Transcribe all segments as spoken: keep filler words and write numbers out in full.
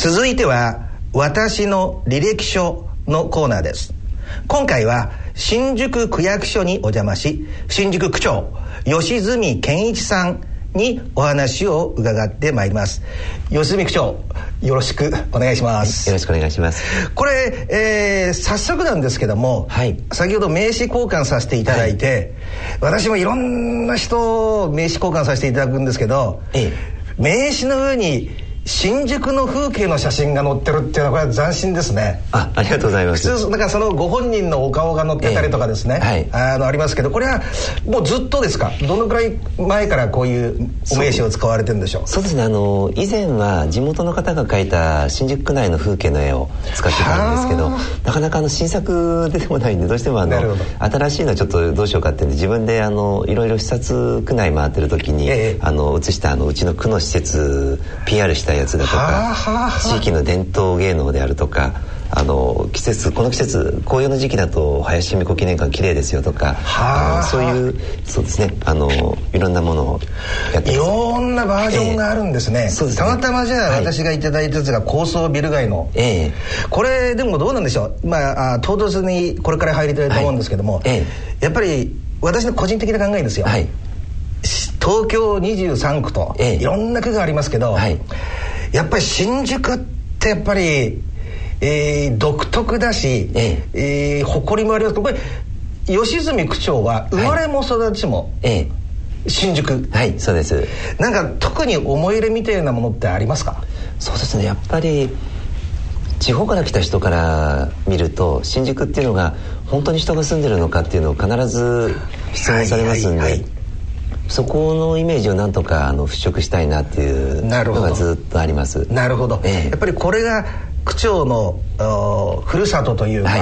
続いては私の履歴書のコーナーです。今回は新宿区役所にお邪魔し、新宿区長吉住健一さんにお話を伺ってまいります。吉住区長、よろしくお願いします。 よろしくお願いします。 これ、えー、早速なんですけども、はい、先ほど名刺交換させていただいて、はい、私もいろんな人を名刺交換させていただくんですけど、ええ、名刺の上に新宿の風景の写真が載ってるっていうのはこれは斬新ですね。 あ、ありがとうございます。 普通なんかそのご本人のお顔が載ってたりとかですね、えーはい、あのありますけど、これはもうずっとですか？どのくらい前からこういうお名刺を使われてるんでしょう？ そうですね、あの以前は地元の方が描いた新宿区内の風景の絵を使ってたんですけど、なかなかあの新作出てもないんで、どうしてもあの新しいのちょっとどうしようかっていうんで、自分であのいろいろ視察区内回ってる時に、えー、あの写したあのうちの区の施設 ピーアール したやつだとか、地域の伝統芸能であるとか、あの季節この季節紅葉の時期だと林美子記念館綺麗ですよとか、あのそういうそうですね、あのいろんなものをやってます。いろんなバージョンがあるんですね。えー、そうですね。たまたまじゃあ、はい、私がいただいたやつが高層ビル街の、えー、これでもどうなんでしょう。まあ唐突にこれから入りたいと思うんですけども、はい、えー、やっぱり私の個人的な考えですよ。はい、東京にじゅうさんくと、えー、いろんな区がありますけど、はい、やっぱり新宿ってやっぱり、えー、独特だし、えええー、誇りもありますけど、これ吉住区長は生まれも育ちも、はい、新宿、 はい、そうです。 なんか特に思い入れみたいなものってありますか？ そうですね、やっぱり地方から来た人から見ると新宿っていうのが本当に人が住んでるのかっていうのを必ず質問されますんで、はいはいはい、そこのイメージをなんとかあの払拭したいなっていうのがずっとあります。 なるほど、ええ、やっぱりこれが区長のふるさとというか、はい、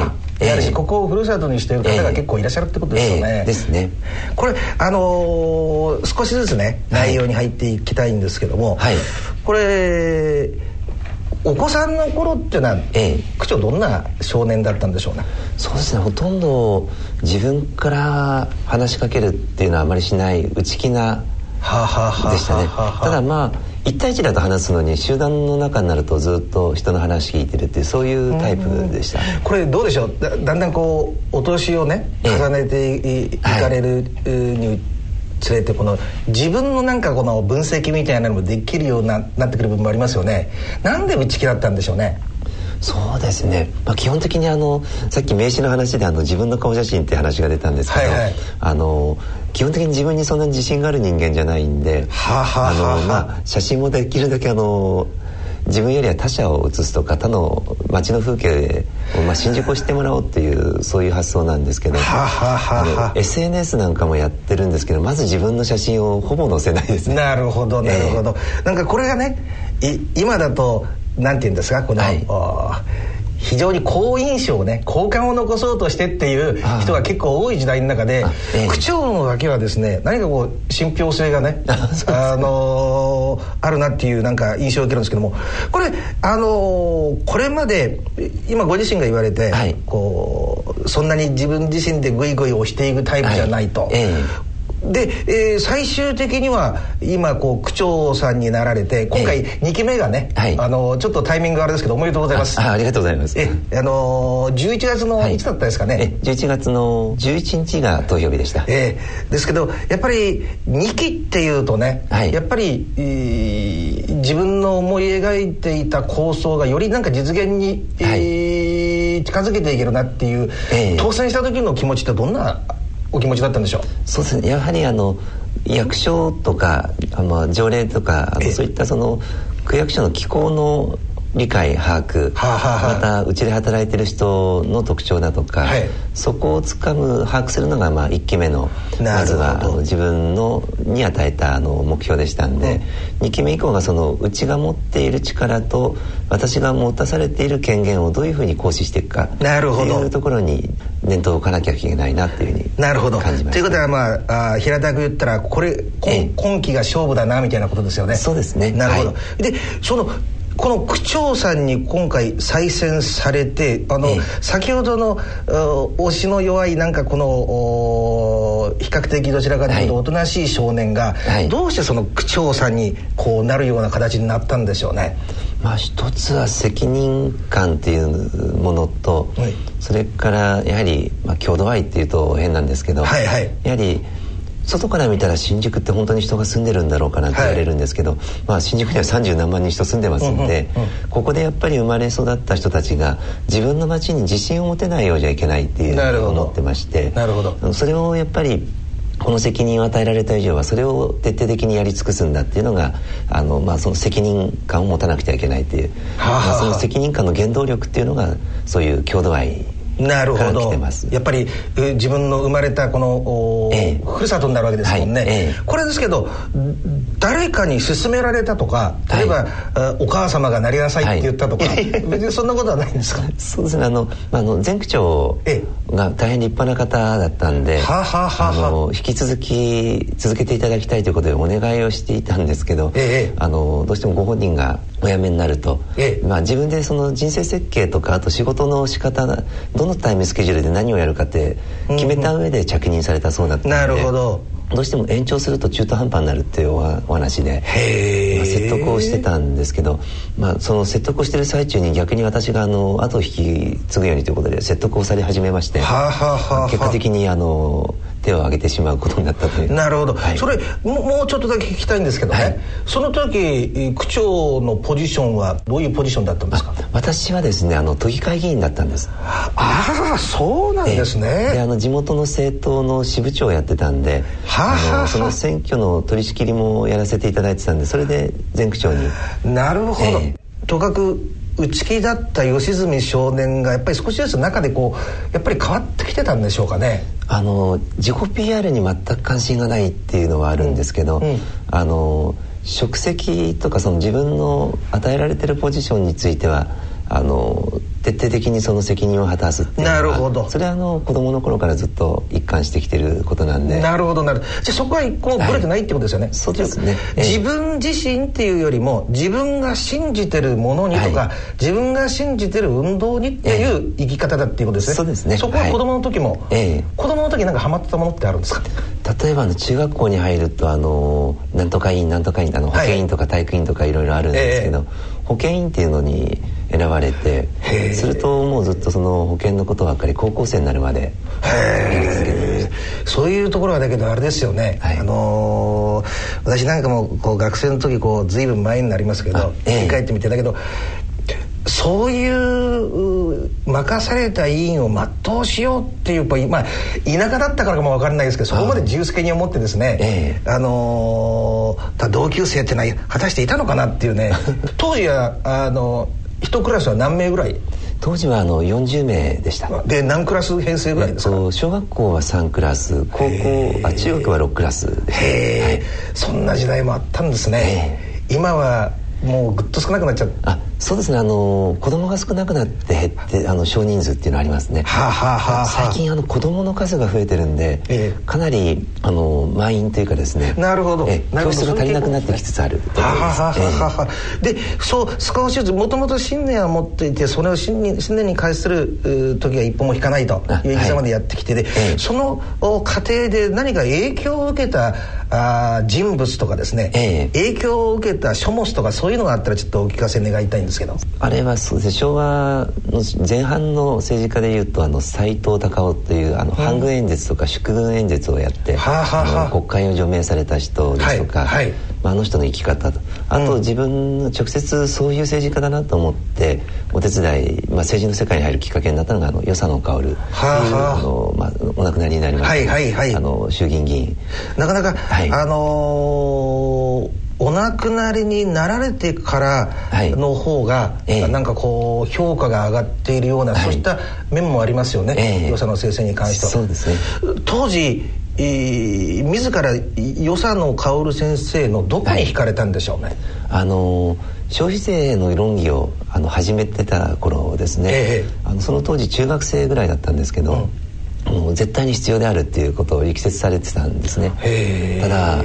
やはりここをふるさとにしている方が結構いらっしゃるってことですよね。 ええええ、ですね。 これあのー、少しずつね内容に入っていきたいんですけども、はい、これお子さんの頃っていうのは、ええ、区長どんな少年だったんでしょうね。 そうですね、ほとんど自分から話しかけるっていうのはあまりしない内気なでしたね。ただまあいち対いちだと話すのに集団の中になるとずっと人の話聞いてるっていうそういうタイプでした。 これどうでしょう。 だ, だんだんこうお年をね重ねて い,、ええ、いかれるにつれて、この自分のなんかこの分析みたいなのもできるように な, なってくる部分もありますよね。なんで内気だったんでしょうね。 そうですね、まあ、基本的にあのさっき名刺の話であの自分の顔写真って話が出たんですけど、はいはい、あの基本的に自分にそんなに自信がある人間じゃないんで、ははははあの、まあ、写真もできるだけあの自分よりは他者を写すとか他の街の風景を、まあ、新宿を知ってもらおうっていうそういう発想なんですけど、ははははあの エスエヌエス なんかもやってるんですけど、まず自分の写真をほぼ載せないですね。 なるほどなるほど、えー、なんかこれがねい今だとなんていうんですか、この、はい、非常に好印象をね好感を残そうとしてっていう人が結構多い時代の中で、ええ、区長のだけはですね何かこう信憑性がねあのー、あるなっていうなんか印象を受けるんですけども、これあのー、これまで今ご自身が言われて、はい、こうそんなに自分自身でグイグイ押していくタイプじゃないと、はい、ええで、えー、最終的には今こう区長さんになられて今回にきめがね、はい、あのちょっとタイミングがあれですけどおめでとうございます。 あ, あ, ありがとうございます。 え、あのー、じゅういちがつのいつだったですかね、はい、 えじゅういちがつのじゅういちにちが投票日でした。 えー、ですけどやっぱりにきっていうとね、はい、やっぱり、えー、自分の思い描いていた構想がよりなんか実現に、はいえー、近づけていけるなっていう、えー、当選した時の気持ちってどんなお気持ちだったんでしょう。 そうですね、やはりあの役所とかあの条例とかあのそういったその区役所の機構の理解把握、はあはあ、またうちで働いてる人の特徴だとか、はい、そこをつかむ把握するのがまあいっきめのまずはあの自分のに与えたあの目標でしたんで、うん、にきめ以降がそのうちが持っている力と私が持たされている権限をどういうふうに行使していくかというところに念頭を置かなきゃいけないなっていうふうに感じました。なるほど。 ということは、まあ、あ平たく言ったらこれ 今, 今期が勝負だなみたいなことですよね。 そうですね。 なるほど、はい、でそのこの区長さんに今回再選されて、あの、ええ、先ほどの推しの弱いなんかこの比較的どちらかというとおとなしい少年が、はい、どうしてその区長さんにこうなるような形になったんでしょうね。 まあ、一つは責任感っていうものと、はい、それからやはり、まあ、郷土愛っていうと変なんですけど、はいはい、やはり外から見たら新宿って本当に人が住んでるんだろうかなって言われるんですけど、はい、まあ、新宿にはさんじゅうなんまんにん人住んでますんで、うんうんうん、ここでやっぱり生まれ育った人たちが自分の街に自信を持てないようじゃいけないっていうのを思ってまして、 なるほど。 それをやっぱりこの責任を与えられた以上はそれを徹底的にやり尽くすんだっていうのがあの、まあ、その責任感を持たなくてはいけないっていう、はあはあ、まあ、その責任感の原動力っていうのがそういう郷土愛なるほど。やっぱり自分の生まれたこの、ええ、ふるさとになるわけですもんね、はい、ええ、これですけど誰かに勧められたとか、例えば、はい、お母様がなりなさいって言ったとか、はい、別にそんなことはないんですか？ そうですね、あの、あの前区長が大変立派な方だったんで、はあはあはあ、あの引き続き続けていただきたいということでお願いをしていたんですけど、ええ、あのどうしてもご本人がお辞めになると、ええ、まあ、自分でその人生設計とかあと仕事の仕方がどのタイムスケジュールで何をやるかって決めた上で着任されたそうだったので、 なるほど、 どうしても延長すると中途半端になるっていうお話で、へ、まあ、説得をしてたんですけど、まあ、その説得をしてる最中に逆に私があの後を引き継ぐようにということで説得をされ始めまして、はあはあはあ、結果的にあの手を挙げてしまうことになったという。 なるほど、はい、それもう、もうちょっとだけ聞きたいんですけどね、はい、その時区長のポジションはどういうポジションだったんですか？ 私はですね、あの都議会議員だったんです。 ああ、そうなんですね。 で、あの地元の政党の支部長をやってたんで、はあはあ、あのその選挙の取り仕切りもやらせていただいてたんで、それで前区長に。 なるほど、えー、とかく内気だった吉住少年がやっぱり少しずつ中でこうやっぱり変わってきてたんでしょうかね。 あの自己 ピーアール に全く関心がないっていうのはあるんですけど、うんうん、あの職責とかその自分の与えられてるポジションについてはあの徹底的にその責任を果たすっていうのは、なるほど、それはあの子供の頃からずっと一貫してきてることなんで。 なるほどなるほど。じゃあそこは一個もブレてないってことですよね、はい、 そうですね。 自分自身っていうよりも自分が信じてるものにとか、はい、自分が信じてる運動にっていう生き方だっていうことですね、 そうですね。 そこは子供の時も、はい、子供の時なんかハマってたものってあるんですか？ 例えばあの中学校に入るとあのなんとか委員なんとか委員あの保健委員とか体育委員とかいろいろあるんですけど、はい、保健委員っていうのに選ばれて、するともうずっとその保険のことばっかり高校生になるまでやり続けてました。 そういうところはだけどあれですよね、はい、あのー、私なんかもこう学生の時こう随分前になりますけど振り返ってみて、だけどそういう任された委員を全うしようっていう、まあ、田舎だったからかも分からないですけど、そこまで自由助に思ってですね、ええ、あのー、同級生ってのは果たしていたのかなっていうね当時はあの一クラスは何名ぐらい？ 当時はあのよんじゅうめいでした。 で何クラス編成ぐらいですか？ えっと、小学校はさんクラス、高校あ中学はろくクラスでした。 へ、はい、そんな時代もあったんですね。今はもうぐっと少なくなっちゃう。 あ、そうですね、あの子供が少なくなって減ってあの少人数っていうのはありますね。 はあはあはあ、 最近あの子供の数が増えてるんで、えー、かなりあの満員というかですね。 なるほど。 え教室が足りなくなってきつつあると思います。はあはあはあ、 えー、でそう少しずつもともと信念は持っていて、それを信念信念に返する時は一歩も引かないという生き様でやってきて、で、はい、その過程で何か影響を受けたあ人物とかですね、えー、影響を受けた書物とかそういうのがあったらちょっとお聞かせ願いたいんですけど。 あれはそうですね、昭和の前半の政治家でいうとあの斉藤孝夫というあの反軍演説とか祝軍演説をやって、うん、あの国会を除名された人ですとか、はいはい、まあ、あの人の生き方と、あと、うん、自分直接そういう政治家だなと思ってお手伝い、まあ、政治の世界に入るきっかけになったのがあの与謝野薫という、あの、まあ、お亡くなりになりました、はいはいはい、あの衆議院議員、 なかなか、はい、あのーお亡くなりになられてからの方が、はい、なんかこう評価が上がっているような、はい、そういった面もありますよね、えー、与謝野先生に関しては。 そうですね、 当時、えー、自ら与謝野薫先生のどこに惹かれたんでしょうね。はい、あの消費税の論議をあの始めてた頃ですね、えー、あのその当時中学生ぐらいだったんですけど、うん、もう絶対に必要であるっていうことを力説されてたんですね。ただ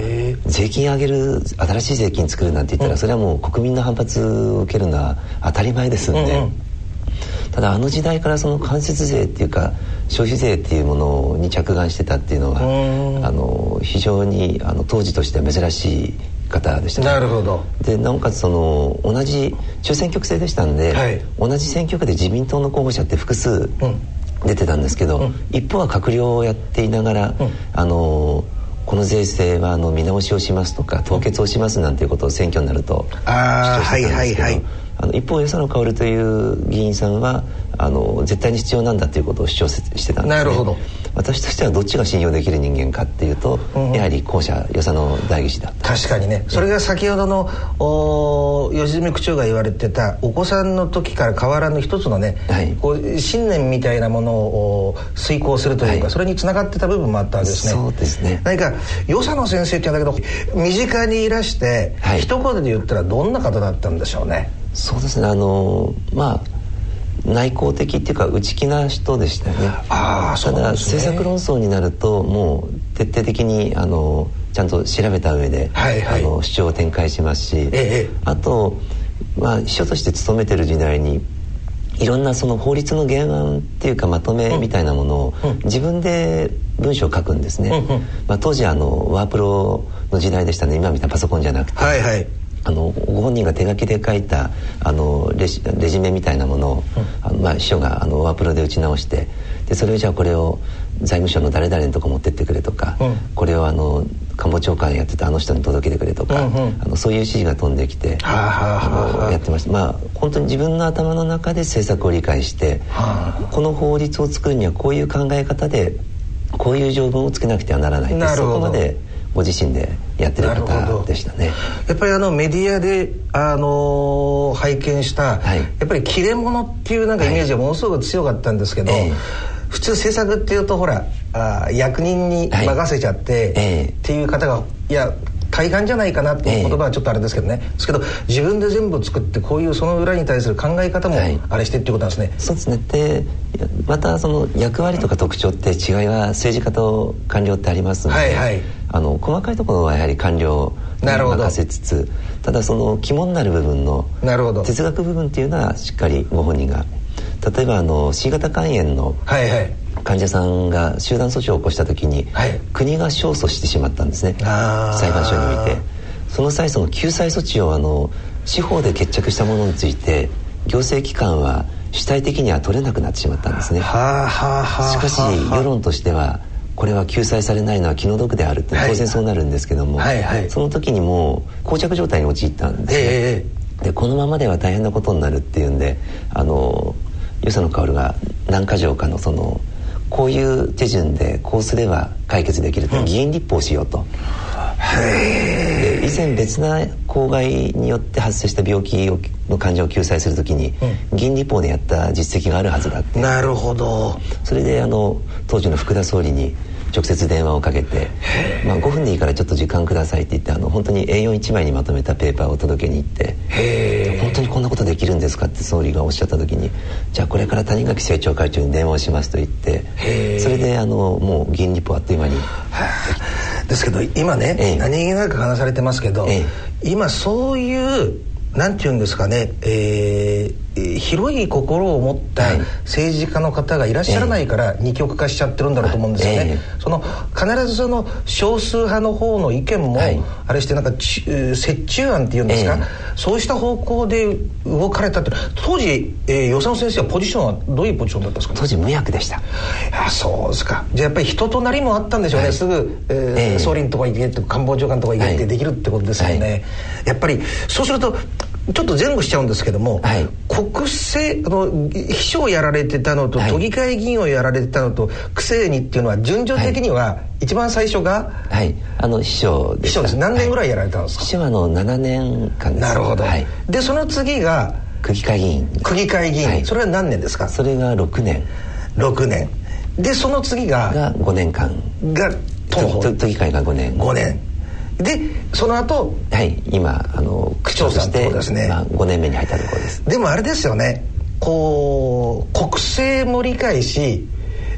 税金上げる、新しい税金作るなんて言ったら、うん、それはもう国民の反発を受けるのは当たり前ですので、うんうん、ただあの時代からその間接税っていうか消費税っていうものに着眼してたっていうのは、あの非常にあの当時としては珍しい方でしたね。 なるほど。 でなおかつその同じ中選挙区制でしたんで、はい、同じ選挙区で自民党の候補者って複数出てたんですけど、うん、一方は閣僚をやっていながら、うん、あのこの税制はあの見直しをしますとか凍結をしますなんていうことを選挙になると主張してたんですけど、はいはいはい、あの一方与謝野薫という議員さんはあの絶対に必要なんだということを主張してたんですね。 なるほど。 私としてはどっちが信用できる人間かっていうと、うん、やはり後者与謝野代議士だった。 確かにね。それが先ほどのお吉住区長が言われてたお子さんの時から変わらぬ一つのね、はい、こう信念みたいなものを遂行するというか、はい、それにつながってた部分もあったわけですね。 そうですね。 何か与謝野先生って言うんだけど身近にいらして、はい、一言で言ったらどんな方だったんでしょうね。 そうですね。あのまあ内向的っていうか内気な人でしたよね。あ、そうなんですね。ただ政策論争になるともう徹底的にあのちゃんと調べた上で、はいはい、あの主張を展開しますし、ええ、あと、まあ、秘書として勤めてる時代にいろんなその法律の原案っていうかまとめみたいなものを自分で文章を書くんですね、うんうん、まあ、当時あのワープロの時代でしたね。今みたいなパソコンじゃなくて、はいはい、あのご本人が手書きで書いたあの レ, ジレジュメみたいなものを、うん、あのまあ、秘書があのワープロで打ち直して、でそれをじゃあこれを財務省の誰々のとこ持ってってくれとか、うん、これをあの官房長官やってたあの人に届けてくれとか、うんうん、あのそういう指示が飛んできて、はあはあ、あのやってました。まあ本当に自分の頭の中で政策を理解して、はあ、この法律を作るにはこういう考え方でこういう条文をつけなくてはならないって、そこまでご自身でやってる方でしたね。 やっぱりあのメディアで、あのー、拝見した、はい、やっぱり切れ者っていうなんかイメージがものすごく強かったんですけど、はい、えー、普通政策っていうとほらあ役人に任せちゃって、はい、えー、っていう方がいや大半じゃないかなっていう言葉はちょっとあれですけどね、えー、ですけど自分で全部作ってこういうその裏に対する考え方もあれしてっていうことなんですね、はい、 そうですね。でまたその役割とか特徴って違いは政治家と官僚ってありますので、はいはい、あの細かいところはやはり官僚に任せつつ、ただその肝になる部分の哲学部分っていうのはしっかりご本人が、例えばあの C 型肝炎の患者さんが集団訴訟を起こした時に、はい、国が勝訴してしまったんですね、裁判所において。その際その救済措置をあの司法で決着したものについて行政機関は主体的には取れなくなってしまったんですね。はあはあはあ、しかし世論としてはこれは救済されないのは気の毒であるって当然そうなるんですけども、はいはいはい、その時にもう膠着状態に陥ったんですね、えー、でこのままでは大変なことになるっていうんで、あの与謝野薫が何か条かのそのこういう手順でこうすれば解決できると、うん、議員立法をしようと。で以前別な公害によって発生した病気の患者を救済するときに、うん、議員立法でやった実績があるはずだって。 なるほど。 それであの当時の福田総理に直接電話をかけて、まあ、ごふんでいいからちょっと時間くださいって言って、あの本当に エーよんいち 枚にまとめたペーパーを届けに行って、へ本当にこんなことできるんですかって総理がおっしゃった時に、じゃあこれから谷垣政調会長に電話をしますと言って、へそれであのもう議員立法あっという間にですけど今ね、ええ、何気なく話されてますけど、ええ、今そういうなんていうんですかね、えー、広い心を持った政治家の方がいらっしゃらないから二極化しちゃってるんだろうと思うんですよね、えー、その必ずその少数派の方の意見もあれしてなんか折衷案っていうんですか、えー、そうした方向で動かれたって。当時、えー、与謝野先生はポジションはどういうポジションだったんですか、ね、 当時無役でした。 あ、そうですか。じゃあやっぱり人となりもあったんでしょうね、はい、すぐ、えーえー、総理のとこ行けって官房長官のとこ行けってできるってことですよね、はい、やっぱりそうするとちょっと前後しちゃうんですけども、はい、国政あの秘書をやられてたのと、はい、都議会議員をやられてたのと区政にっていうのは順序的には一番最初が、 はい、あの秘書でした。 秘書です。何年ぐらいやられたんですか。 秘書はあのななねんかんです。 なるほど、はい、でその次が区議会議員。 区議会議員、はい、それは何年ですか。 それがろくねん。 ろくねんでその次ががごねんかんが都の方都議会がごねん。 ごねんでその後、 はい、今あの区長さんってことですね、 まあ、ごねんめに入ったところです。 でもあれですよね、こう国政も理解し、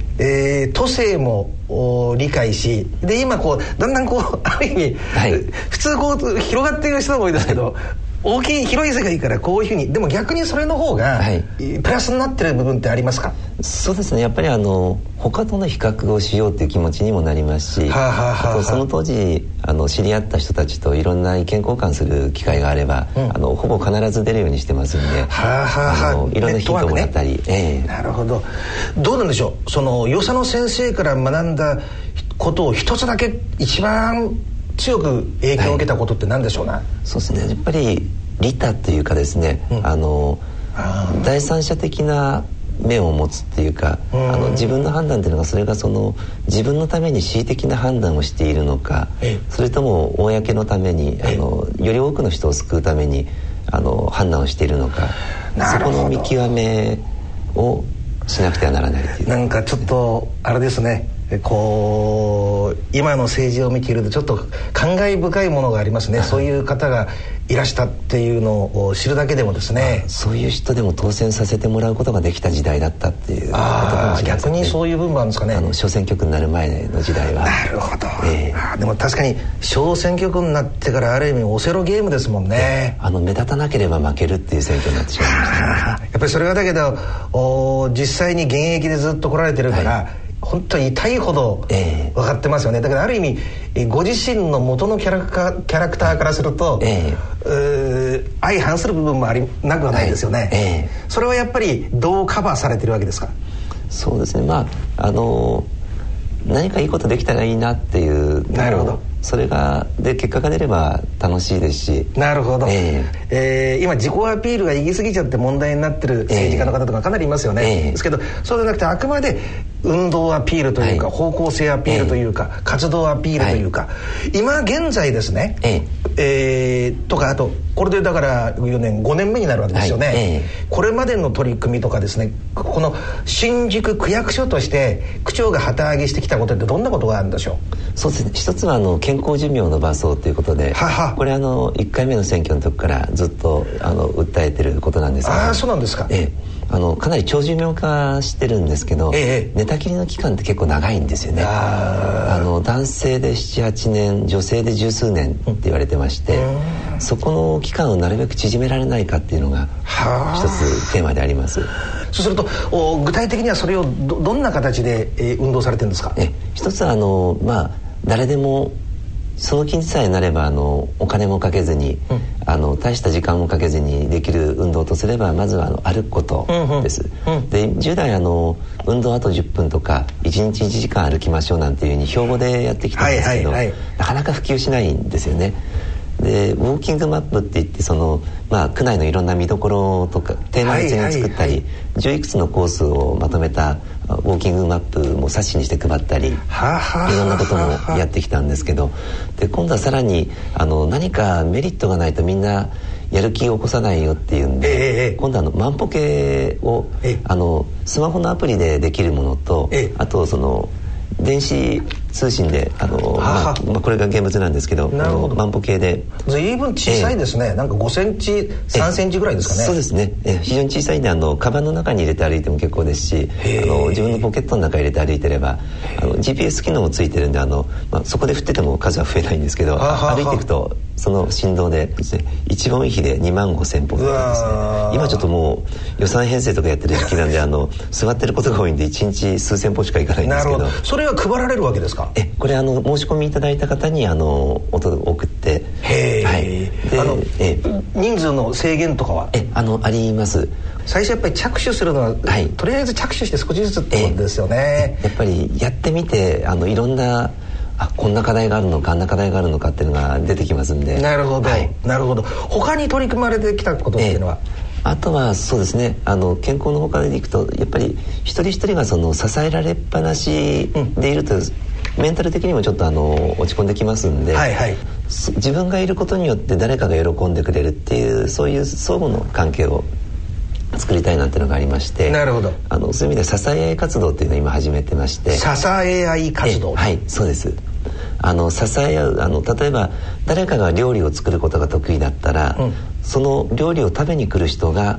えー、都政も理解し、で今こうだんだんこうある意味、はい、普通こう広がっている人も多いですけど、はい、大きい広い世界からこういうふうに、でも逆にそれの方がプラスになってる部分ってありますか？ そうですね、やっぱりあの他との比較をしようという気持ちにもなりますし、はあはあはあ、あとその当時あの知り合った人たちといろんな意見交換する機会があれば、うん、あのほぼ必ず出るようにしてますんで、はあはあはあ、あのいろんなヒントをもらったり、ねえー、 なるほど。どうなんでしょう、その与謝野先生から学んだことを一つだけ一番強く影響を受けたことって何でしょうね？はい、 そうですね、やっぱり利他というかですね、うん、あのあ第三者的な目を持つっていうか、あの自分の判断っていうのがそれがその自分のために恣意的な判断をしているのか、それとも公のためにあのより多くの人を救うためにあの判断をしているのか、そこの見極めをしなくてはならないという。 なんかちょっとあれですね、こう今の政治を見ているとちょっと感慨深いものがありますね。そういう方がいらしたっていうのを知るだけでもですね、 そういう人でも当選させてもらうことができた時代だったっていうことかもしれないですね。 逆にそういう部分もあるんですかね。 あの小選挙区になる前の時代は。 なるほど、えー、でも確かに小選挙区になってからある意味オセロゲームですもんね。 あの目立たなければ負けるっていう選挙になってしまいました、ね、 やっぱりそれはだけどお実際に現役でずっと来られてるから、はい、本当に痛いほど分かってますよね。えー、だからある意味ご自身の元のキャラク、キャラクターからすると、えー、相反する部分もありなくはないですよね。えー、それはやっぱりどうカバーされてるわけですか？ そうですね、まああの何かいいことできたらいいなっていう。なるほど。それがで結果が出れば楽しいですし。 なるほど、えーえー、今自己アピールが行き過ぎちゃって問題になってる政治家の方とかかなりいますよね。えー、ですけどそうじゃなくてあくまで運動アピールというか、はい、方向性アピールというか、えー、活動アピールというか、はい、今現在ですね、えーえー、とかあとこれでだからよねんごねんめになるわけですよね。はい、えー、これまでの取り組みとかですね、この新宿区役所として区長が旗揚げしてきたことってどんなことがあるんでしょう？そうですね、一つはあの健康寿命を伸ばそうということで、ははこれあのいっかいめの選挙の時からずっとあの訴えてることなんですけど。 ああ、そうなんですか。 ええ、あのかなり長寿命化してるんですけど、ええ、寝たきりの期間って結構長いんですよね。ああの男性でななはちねん、女性で十数年って言われてまして、うん、そこの期間をなるべく縮められないかっていうのが一つテーマであります。 そうするとお具体的にはそれを ど, どんな形で、えー、運動されてるんですか？ え一つはあの、まあ、誰でもその気にさえなればあのお金もかけずに、うん、あの大した時間もかけずにできる運動とすればまずはあの歩くことです。うんうん、で従来あの運動あとじゅっぷんとかいちにちいちじかん歩きましょうなんていうふうに標語でやってきたんですけど、はいはいはい、なかなか普及しないんですよね。でウォーキングマップっていってその、まあ、区内のいろんな見どころとかテーマ別に作ったり、はいはいはい、じゅういくつのコースをまとめたウォーキングマップも冊子にして配ったり、ははいろんなこともやってきたんですけど、で今度はさらにあの何かメリットがないとみんなやる気を起こさないよっていうんで、えー、今度はあの万歩計を、えー、あのスマホのアプリでできるものと、えー、あとその電子通信であの、まあまあ、これが現物なんですけど、あの万歩計で随分小さいですね、えー、なんかごセンチさんセンチぐらいですかね。 そうですね、えー、非常に小さいんであのカバンの中に入れて歩いても結構ですし、あの自分のポケットの中に入れて歩いてればあの ジーピーエス 機能もついてるんであの、まあ、そこで振ってても数は増えないんですけど、歩いていくとその振動でです、ね、一番多い日でにまんごせんぽですね。今ちょっともう予算編成とかやってる時期なんであの座ってることが多いんでいちにち数千歩しか行かないんですけど。なるほど。 それは配られるわけですか？ えこれあの申し込みいただいた方にあの送って、 へ、はい、であのえ人数の制限とかはえあのあります。 最初やっぱり着手するのは、はい、とりあえず着手して少しずつってことですよね。 やっぱりやってみてあのいろんなあこんな課題があるのかあんな課題があるのかっていうのが出てきますんで。 なるほど、はい、なるほど。他に取り組まれてきたことっていうのは、 あとはそうですね、あの健康の他でいくとやっぱり一人一人がその支えられっぱなしでいると、うん、メンタル的にもちょっとあの落ち込んできますんで、はいはい、自分がいることによって誰かが喜んでくれるっていうそういう相互の関係を作りたいなんていうのがありまして。 なるほど。 あのそういう意味で支え合い活動っていうのを今始めてまして。 支え合い活動。 はい、そうです。あの支え合うあの例えば誰かが料理を作ることが得意だったら、うん、その料理を食べに来る人が、うん、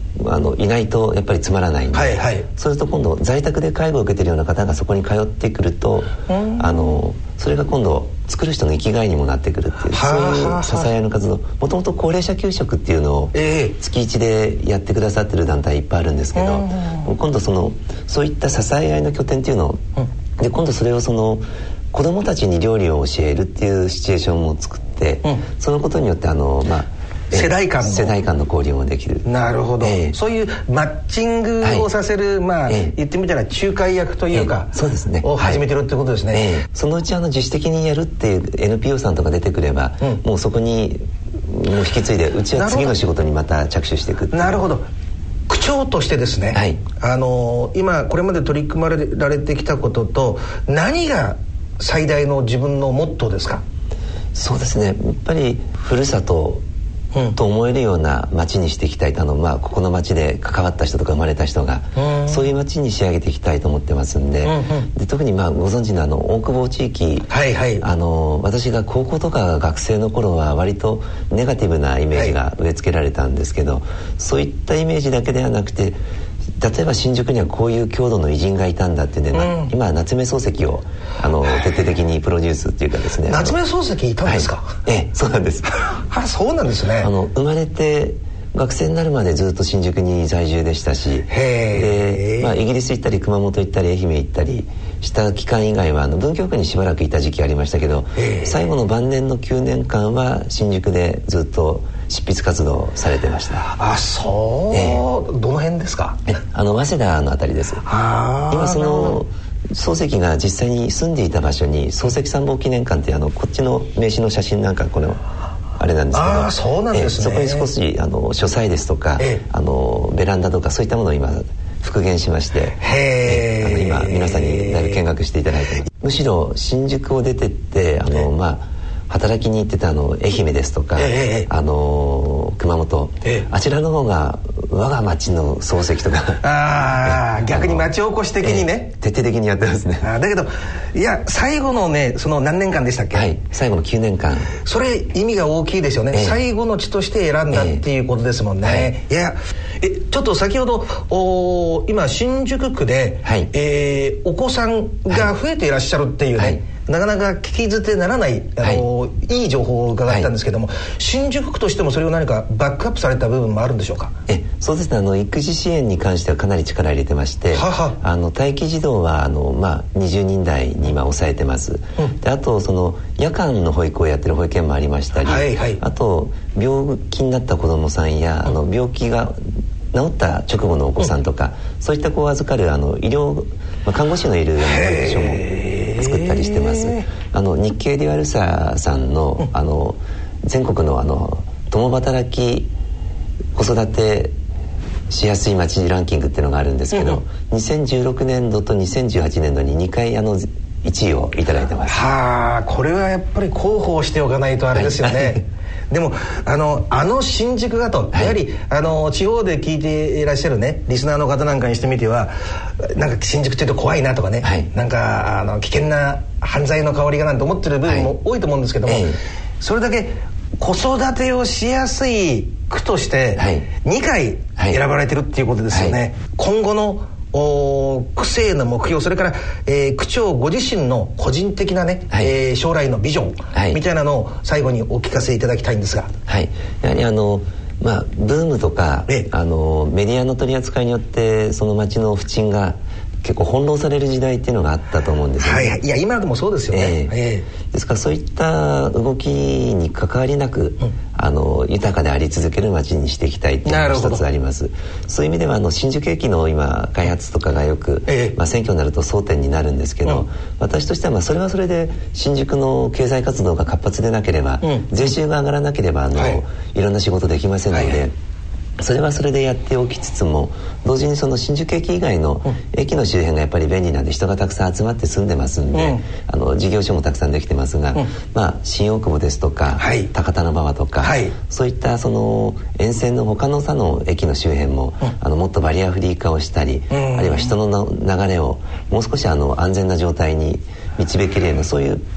あのいないとやっぱりつまらないんで、 はいはい、 そうすると今度在宅で介護を受けているような方がそこに通ってくると、あのそれが今度作る人の生きがいにもなってくるっていう、そういう支え合いの活動、もともと高齢者給食っていうのを月いちでやってくださってる団体いっぱいあるんですけど、今度そのそういった支え合いの拠点っていうのを、で今度それをその子どもたちに料理を教えるっていうシチュエーションも作って、うん、そのことによってあのまあ世代間の世代間の交流もできる。 なるほど、えー、そういうマッチングをさせる、はい、まあ、えー、言ってみたら仲介役というか、 えー、そうですね、 を始めてるってことですね、 はい、えー、そのうちあの自主的にやるっていう エヌピーオー さんとか出てくれば、うん、もうそこにもう引き継いでうちは次の仕事にまた着手していくっていう。 なるほど。区長としてですね、はい、あの今これまで取り組まれられてきたことと何が最大の自分のモットーですか？ そうですね、やっぱりふるさとと思えるような町にしていきたいと、あの、まあ、ここの町で関わった人とか生まれた人が、うん、そういう町に仕上げていきたいと思ってますんで、うんうん、で特にまあご存知のあの大久保地域、はいはい、あの私が高校とか学生の頃は割とネガティブなイメージが植え付けられたんですけど、はい、そういったイメージだけではなくて、例えば新宿にはこういう郷土の偉人がいたんだっていうんで、うん、今夏目漱石をあの徹底的にプロデュースっていうかですね。 夏目漱石いたんですか？ はい、ええ、そうなんですあ、そうなんですね。 あの生まれて学生になるまでずっと新宿に在住でしたし、で、まあ、イギリス行ったり熊本行ったり愛媛行ったりした期間以外はあの文京区にしばらくいた時期ありましたけど、最後の晩年のきゅうねんかんは新宿でずっと執筆活動されてました。 あ、そう、えー、どの辺ですか？ えあの早稲田のあたりです。今その漱石が実際に住んでいた場所に漱石参謀記念館っていうあのこっちの名刺の写真なんかこのあれなんですけど、 あ、そうなんですね。 えそこに少しあの書斎ですとか、えあのベランダとかそういったものを今復元しまして、へあの今皆さんにだいぶ見学していただいて、むしろ新宿を出てってあの、まあ働きに行ってたあの愛媛ですとか、ええ、あの熊本、ええ、あちらの方が我が町の漱石とかああ逆に町おこし的にね、 ええ、徹底的にやってますね。 あだけどいや最後のねその何年間でしたっけ？ はい、最後のきゅうねんかん、 それ意味が大きいですよね、ええ、最後の地として選んだっていうことですもんね、ええ、はい、いやえちょっと先ほどお今新宿区で、はい、えー、お子さんが増えていらっしゃるっていうね、はい、なかなか聞き捨てならないあの、はい、いい情報を伺ったんですけども、はい、新宿区としてもそれを何かバックアップされた部分もあるんでしょうか？ えそうですね、あの育児支援に関してはかなり力入れてまして、ははあの待機児童はあの、まあ、にじゅうにん台に今抑えてます、うん、であとその夜間の保育をやってる保育園もありましたり、はいはい、あと病気になった子どもさんや、うん、あの病気が治った直後のお子さんとか、うん、そういった子を預かるあの医療、まあ、看護師のいるような保育所も作ったりしてます。あの日経デュアルサさんの、うん、あの全国のあの共働き子育てしやすい街ランキングっていうのがあるんですけど、うんうん、にせんじゅうろくねんどとにせんじゅうはちねんどににかいあのいちいをいただいてます。 はあ、これはやっぱり広報しておかないとあれですよね、はいでもあのあの新宿がと、はい、やはりあの地方で聞いていらっしゃるねリスナーの方なんかにしてみてはなんか新宿っていうと怖いなとかね、はい、なんかあの危険な犯罪の香りがなんて思ってる部分も多いと思うんですけども、はい、それだけ子育てをしやすい区としてにかい選ばれてるっていうことですよね、はいはい、今後のお区政の目標、それから、えー、区長ご自身の個人的なね、はい、えー、将来のビジョン、はい、みたいなのを最後にお聞かせいただきたいんですが、 はい、やはりあの、まあ、ブームとか、ええ、あのメディアの取り扱いによってその街の不沈が結構翻弄される時代っていうのがあったと思うんですよね、はい、 いや今でもそうですよね、えーえー、ですからそういった動きに関わりなく、うん、あの豊かであり続ける街にしていきたいっていうのが一つあります。そういう意味ではあの新宿駅の今開発とかがよく、えーまあ、選挙になると争点になるんですけど、うん、私としてはまあそれはそれで新宿の経済活動が活発でなければ、うん、税収が上がらなければあの、はい、いろんな仕事できませんので、はいはい、それはそれでやっておきつつも同時にその新宿駅以外の駅の周辺がやっぱり便利なんで人がたくさん集まって住んでますんで、うん、あの事業所もたくさんできてますが、うん、まあ、新大久保ですとか、はい、高田馬場とか、はい、そういったその沿線の他の他の駅の周辺も、うん、あのもっとバリアフリー化をしたり、うん、あるいは人の流れをもう少しあの安全な状態に導けるようなそういう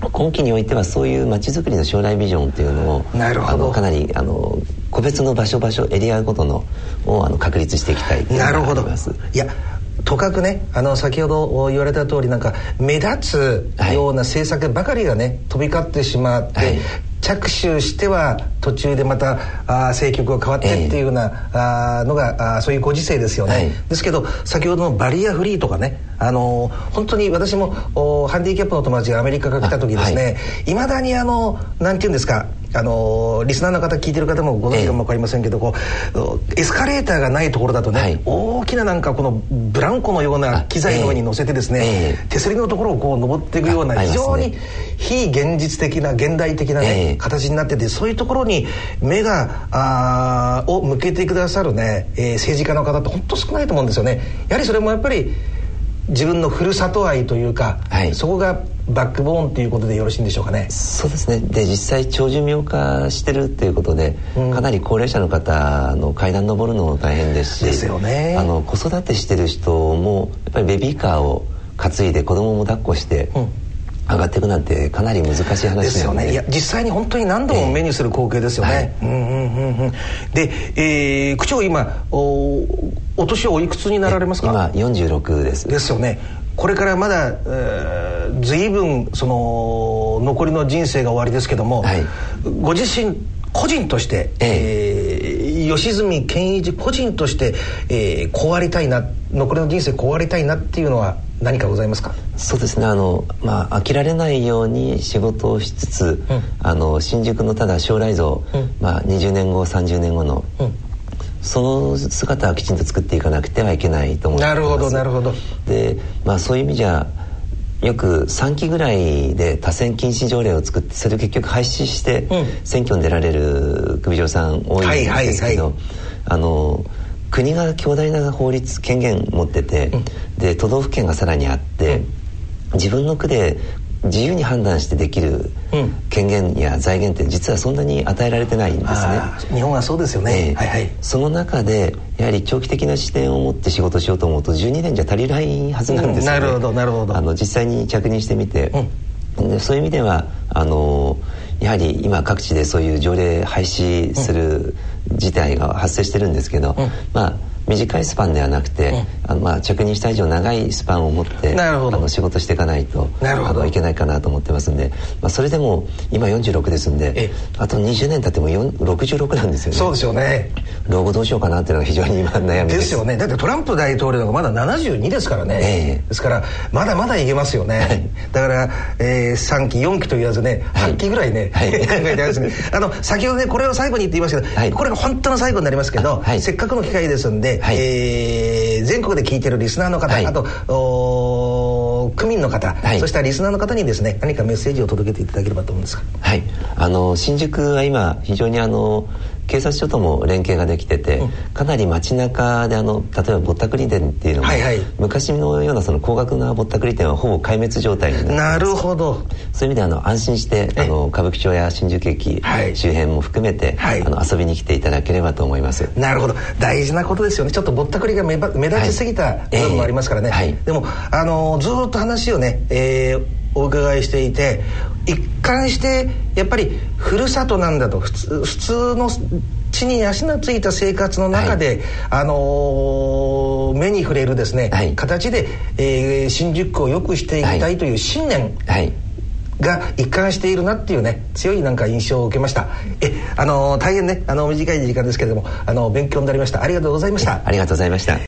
今期においてはそういう街づくりの将来ビジョンというのをなるほど、 あのかなりあの個別の場所場所エリアごとのをあの確立していきたいというのがあります。 なるほど。いやとかくね、あの先ほど言われた通り、なんか目立つような政策ばかりがね、はい、飛び交ってしまって、はい、着手しては途中でまたあ政局が変わってっていうような、えー、あのがあそういうご時世ですよね、はい、ですけど先ほどのバリアフリーとかね、あの本当に私もハンディキャップの友達がアメリカから来た時ですね、いま、はい、だにあのなんていうんですか、あのリスナーの方聞いてる方もご存知かも分かりませんけど、こうエスカレーターがないところだとね、はい、大きななんかこのブランコのような機材の上に乗せてですね、えー、手すりのところをこう登っていくような非常に非現実的な現代的な、ねえー、形になってて、そういうところに目があを向けてくださるね、えー、政治家の方って本当少ないと思うんですよね。やはりそれもやっぱり自分のふるさと愛というか、はい、そこがバックボーンということでよろしいんでしょうかね。 そうですね。で実際長寿命化してるということで、うん、かなり高齢者の方の階段登るのも大変ですし、 ですよね。 あの子育てしてる人もやっぱりベビーカーを担いで子供も抱っこして、うん、上がっていくなんてかなり難しい話なので、 ですよね。いや実際に本当に何度も目にする光景ですよね、えーはいうんうんうんうん、で、えー、区長今 お, お年はおいくつになられますか？ 今よんじゅうろくですですよね。これからまだ、えー、随分その残りの人生が終わりですけども、はい、ご自身個人として、えーえー、吉住健一個人として、えー、こうありたいな、残りの人生こうありたいなっていうのは何かございますか？ そうですね、あの、まあ、飽きられないように仕事をしつつ、うん、あの新宿のただ将来像、うんまあ、にじゅうねんごさんじゅうねんごの、うんその姿はきちんと作っていかなくてはいけないと思っています。なるほどなるほど。で、まあ、そういう意味じゃよくさんきぐらいで多選禁止条例を作ってそれを結局廃止して選挙に出られる首長さん多いんですけど、はいはいはい、あの国が強大な法律権限持ってて、うん、で都道府県がさらにあって、うん、自分の区で自由に判断してできる権限や財源って実はそんなに与えられてないんですね。 日本はそうですよね、 えーはいはい、 その中でやはり長期的な視点を持って仕事しようと思うとじゅうにねんじゃ足りないはずなんですよね、 うん、なるほどなるほど。 あの実際に着任してみて、うん、でそういう意味ではあのやはり今各地でそういう条例廃止する事態が発生してるんですけど、うん、まあ短いスパンではなくて、うん、あのまあ着任した以上長いスパンを持ってあの仕事していかないとあのいけないかなと思ってますんで、まあ、それでも今よんじゅうろくですんであとにじゅうねん経ってもろくじゅうろくなんですよね。 そうですよね。 老後どうしようかなっていうのが非常に今悩みです。 ですよね。だってトランプ大統領がまだななじゅうにですからね、えー、ですからまだまだいけますよね、はい、だから、えー、さんきよんきと言わずねはっきぐらいね、はい、あの先ほどねこれを最後に言って言いましたけど、はい、これが本当の最後になりますけど、はい、せっかくの機会ですんで、はいえー、全国で聞いてるリスナーの方、はい、あと区民の方、はい、そしたらリスナーの方にですね何かメッセージを届けていただければと思うんですが、 はい、あの新宿は今非常にあの警察署とも連携ができてて、うん、かなり街中であの例えばぼったくり店っていうのも、はいはい、昔のようなその高額なぼったくり店はほぼ壊滅状態になっています。 なるほど。 そういう意味であの安心してあの歌舞伎町や新宿駅、はい、周辺も含めて、はい、あの遊びに来ていただければと思います。 なるほど。大事なことですよね。ちょっとぼったくりが 目, 目立ちすぎた部分もありますからね、はいえーはい、でもあのずっと話をね、えー、お伺いしていて一貫してやっぱりふるさとなんだと普通、普通の地に足のついた生活の中で、はいあのー、目に触れるですね、はい、形で、えー、新宿区を良くしていきたいという信念が一貫しているなっていうね強いなんか印象を受けました。え、あのー、大変ねあの短い時間ですけれどもあの勉強になりました。ありがとうございました。 ありがとうございました。